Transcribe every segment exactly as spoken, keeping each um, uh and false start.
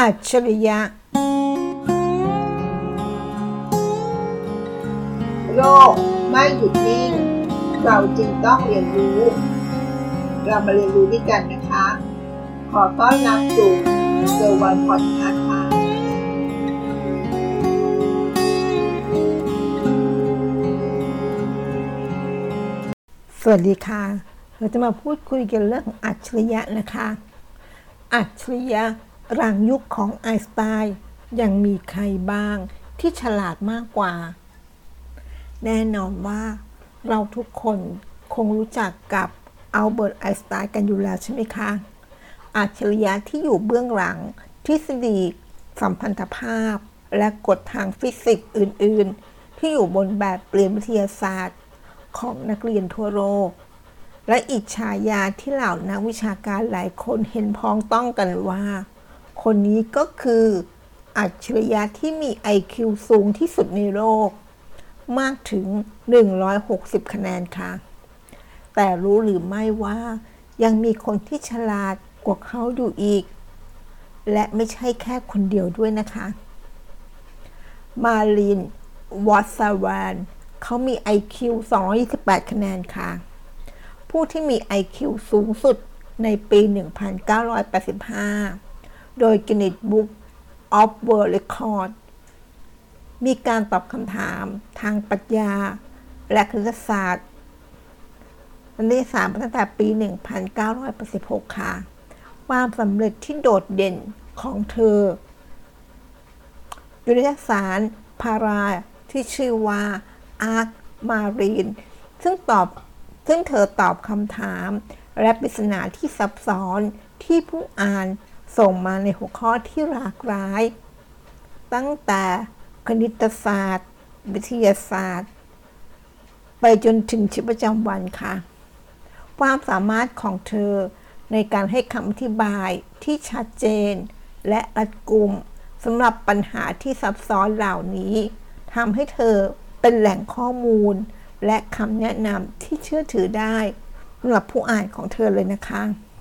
อัจฉริยะโลกไม่หยุดนิ่งเราจึงต้องเรียนรู้เรามาเรียนรู้ด้วยกันนะคะขอต้อนรับสู่เซอร์วันพอดคาสต์ค่ะสวัสดีค่ะเราจะมาพูดคุยกันเรื่องอัจฉริยะนะคะอัจฉริยะรังยุคของไอน์สไตน์ยังมีใครบ้างที่ฉลาดมากกว่าแน่นอนว่าเราทุกคนคงรู้จักกับอัลเบิร์ตไอน์สไตน์กันอยู่แล้วใช่ไหมคะอัจฉริยะที่อยู่เบื้องหลังทฤษฎีสัมพันธภาพและกฎทางฟิสิกส์อื่นๆที่อยู่บนแบบเปลี่ยนวิทยาศาสตร์ของนักเรียนทั่วโลกและอีกฉายาที่เหล่านักวิชาการหลายคนเห็นพ้องต้องกันว่าคนนี้ก็คืออัจฉริยะที่มี ไอ คิว สูงที่สุดในโลกมากถึงหนึ่งร้อยหกสิบคะแนนค่ะแต่รู้หรือไม่ว่ายังมีคนที่ฉลาดกว่าเขาอยู่อีกและไม่ใช่แค่คนเดียวด้วยนะคะมาริน วอตซาวานเขามี ไอ คิว สองร้อยยี่สิบแปดคะแนนค่ะผู้ที่มี ไอ คิว สูงสุดในปี หนึ่งพันเก้าร้อยแปดสิบห้า โดย Guinness Book of World Records มีการตอบคำถามทางปรัชญาและคณิตศาสตร์คณิตศาสตร์ตั้งแต่ปี หนึ่งพันเก้าร้อยแปดสิบหก ค่ะความสำเร็จที่โดดเด่นของเธออยู่ในนิตยสารพาราที่ชื่อว่า Arc Marine ซึ่งตอบซึ่งเธอตอบคำถามและปริศนาที่ซับซ้อนที่ผู้อ่านส่งมาในหัวข้อที่หลากหลายตั้งแต่คณิตศาสตร์วิทยาศาสตร์ไปจนถึงชีวิตประจำวันค่ะความสามารถของเธอในการให้คำอธิบายที่ชัดเจนและรัดกุมสำหรับปัญหาที่ซับซ้อนเหล่านี้ทำให้เธอเป็นแหล่งข้อมูลและคำแนะนำที่เชื่อถือได้สำหรับผู้อ่านของเธอเลยนะคะ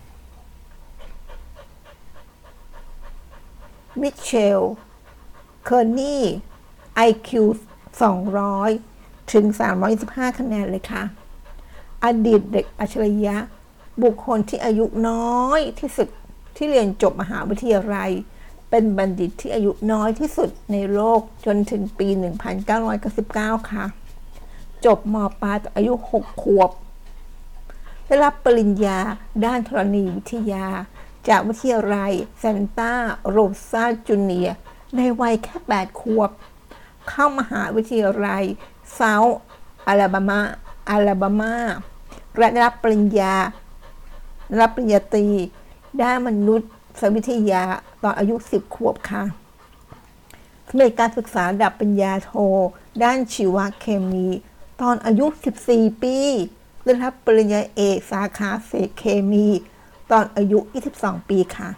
มิเชล เคอร์นี ไอ คิว สองร้อยถึงสามร้อยยี่สิบห้าคะแนนเลยค่ะอดีตเด็กอัจฉริยะบุคคลที่อายุน้อยที่สุดที่เรียนจบมหาวิทยาลัยเป็นบัณฑิตที่อายุน้อยที่สุดในโลกจนถึงปี หนึ่งพันเก้าร้อยเก้าสิบเก้า ค่ะจบม.ปลายตอนอายุหกขวบได้รับปริญญาด้านธรณีวิทยาจากวิทยาลัยซานตาโรซาจูเนียร์ในวัยแค่แปดขวบเข้ามหาวิทยาลัยเซาท์อลาบามาอลาบามาและได้รับปริญญาได้รับปริญญาตรีด้านมนุษยวิทยาตอนอายุสิบขวบค่ะสำเร็จการศึกษาระดับปริญญาโทด้านชีวเคมีตอนอายุสิบสี่ปีได้รับปริญญาเอกสาขาเศษเคมีตอนอายุยี่สิบสองปีค่ะ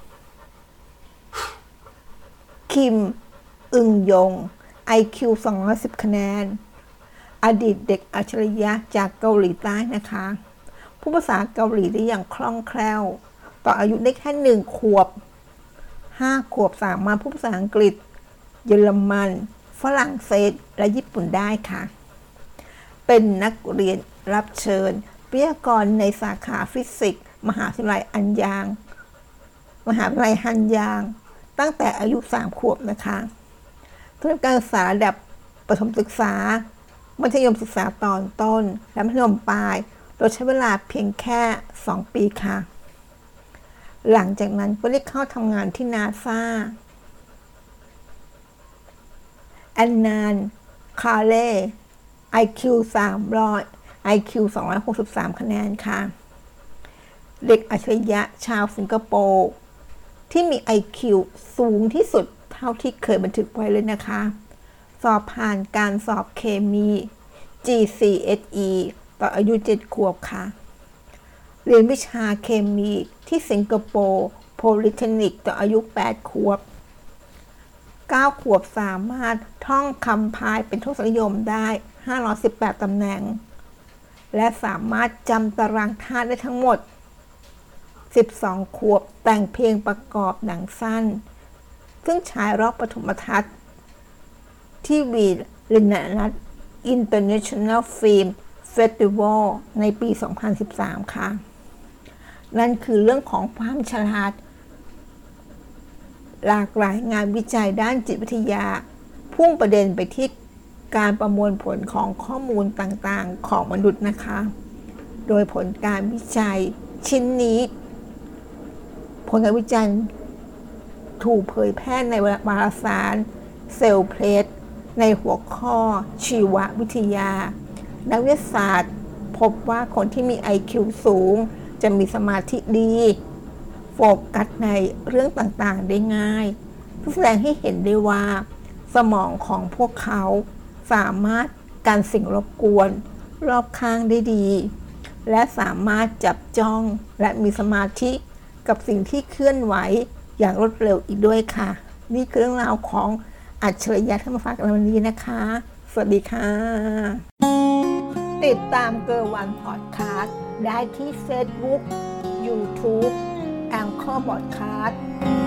คิม อึงยง ไอ คิว สองร้อยสิบคะแนนอดีตเด็กอัจฉริยะจากเกาหลีใต้นะคะผู้ภาษาเกาหลีได้อย่างคล่องแคล่วต่ออายุได้แค่หนึ่งขวบห้าขวบสามารถพูดภาษาอังกฤษเยอรมันฝรั่งเศสและญี่ปุ่นได้ค่ะเป็นนักเรียนรับเชิญวิทยากรในสาขาฟิสิกส์มหาวิทยาลัยอันยางมหาวิทยาลัยฮันยางตั้งแต่อายุสามขวบนะคะทุนการศึกษาระดับประถมศึกษามัธยมศึกษาตอนต้นและมัธยมปลายโดยใช้เวลาเพียงแค่สองปีค่ะหลังจากนั้นก็ได้เข้าทำงานที่นาซาแอนนาน คาเล่ ไอ คิว สามร้อย ไอ คิว สองร้อยหกสิบสามคะแนนค่ะเด็กอัจฉริยะชาวสิงคโปร์ที่มี ไอ คิว สูงที่สุดเท่าที่เคยบันทึกไว้เลยนะคะสอบผ่านการสอบเคมี จี ซี เอส อี ตอนอายุเจ็ดขวบค่ะเรียนวิชาเคมีที่สิงคโปร์โพลิเทคนิคตอนอายุแปดขวบเก้าขวบสามารถท่องคำพายเป็นทศนิยมได้ห้าร้อยสิบแปดตำแหน่งและสามารถจำตารางธาตุได้ทั้งหมดสิบสองขวบแต่งเพลงประกอบหนังสั้นซึ่งฉายรอบปฐมทัศน์ที่วีลินานัท International Film Festival ในปี สองพันสิบสาม ค่ะ นั่นคือเรื่องของความฉลาดหลากหลายงานวิจัยด้านจิตวิทยาพุ่งประเด็นไปที่การประมวลผลของข้อมูลต่างๆของมนุษย์นะคะ โดยผลการวิจัยชิ้นนี้ผลการวิจัยถูกเผยแพร่ในวารสาร Cell Plate ในหัวข้อชีววิทยานักวิทยาศาสตร์พบว่าคนที่มี ไอ คิว สูงจะมีสมาธิดีโฟกัสในเรื่องต่างๆได้ง่ายแสดงให้เห็นได้ว่าสมองของพวกเขาสามารถกันสิ่งรบกวนรอบข้างได้ดีและสามารถจับจ้องและมีสมาธิกับสิ่งที่เคลื่อนไหวอย่างรวดเร็วอีกด้วยค่ะนี่คือเรื่องราวของอัจฉริยะที่มาฝากกันวันนี้นะคะสวัสดีค่ะติดตามเกอร์วันพอดคาสต์ได้ที่ Facebook YouTube แองเกอร์พอดคาสต์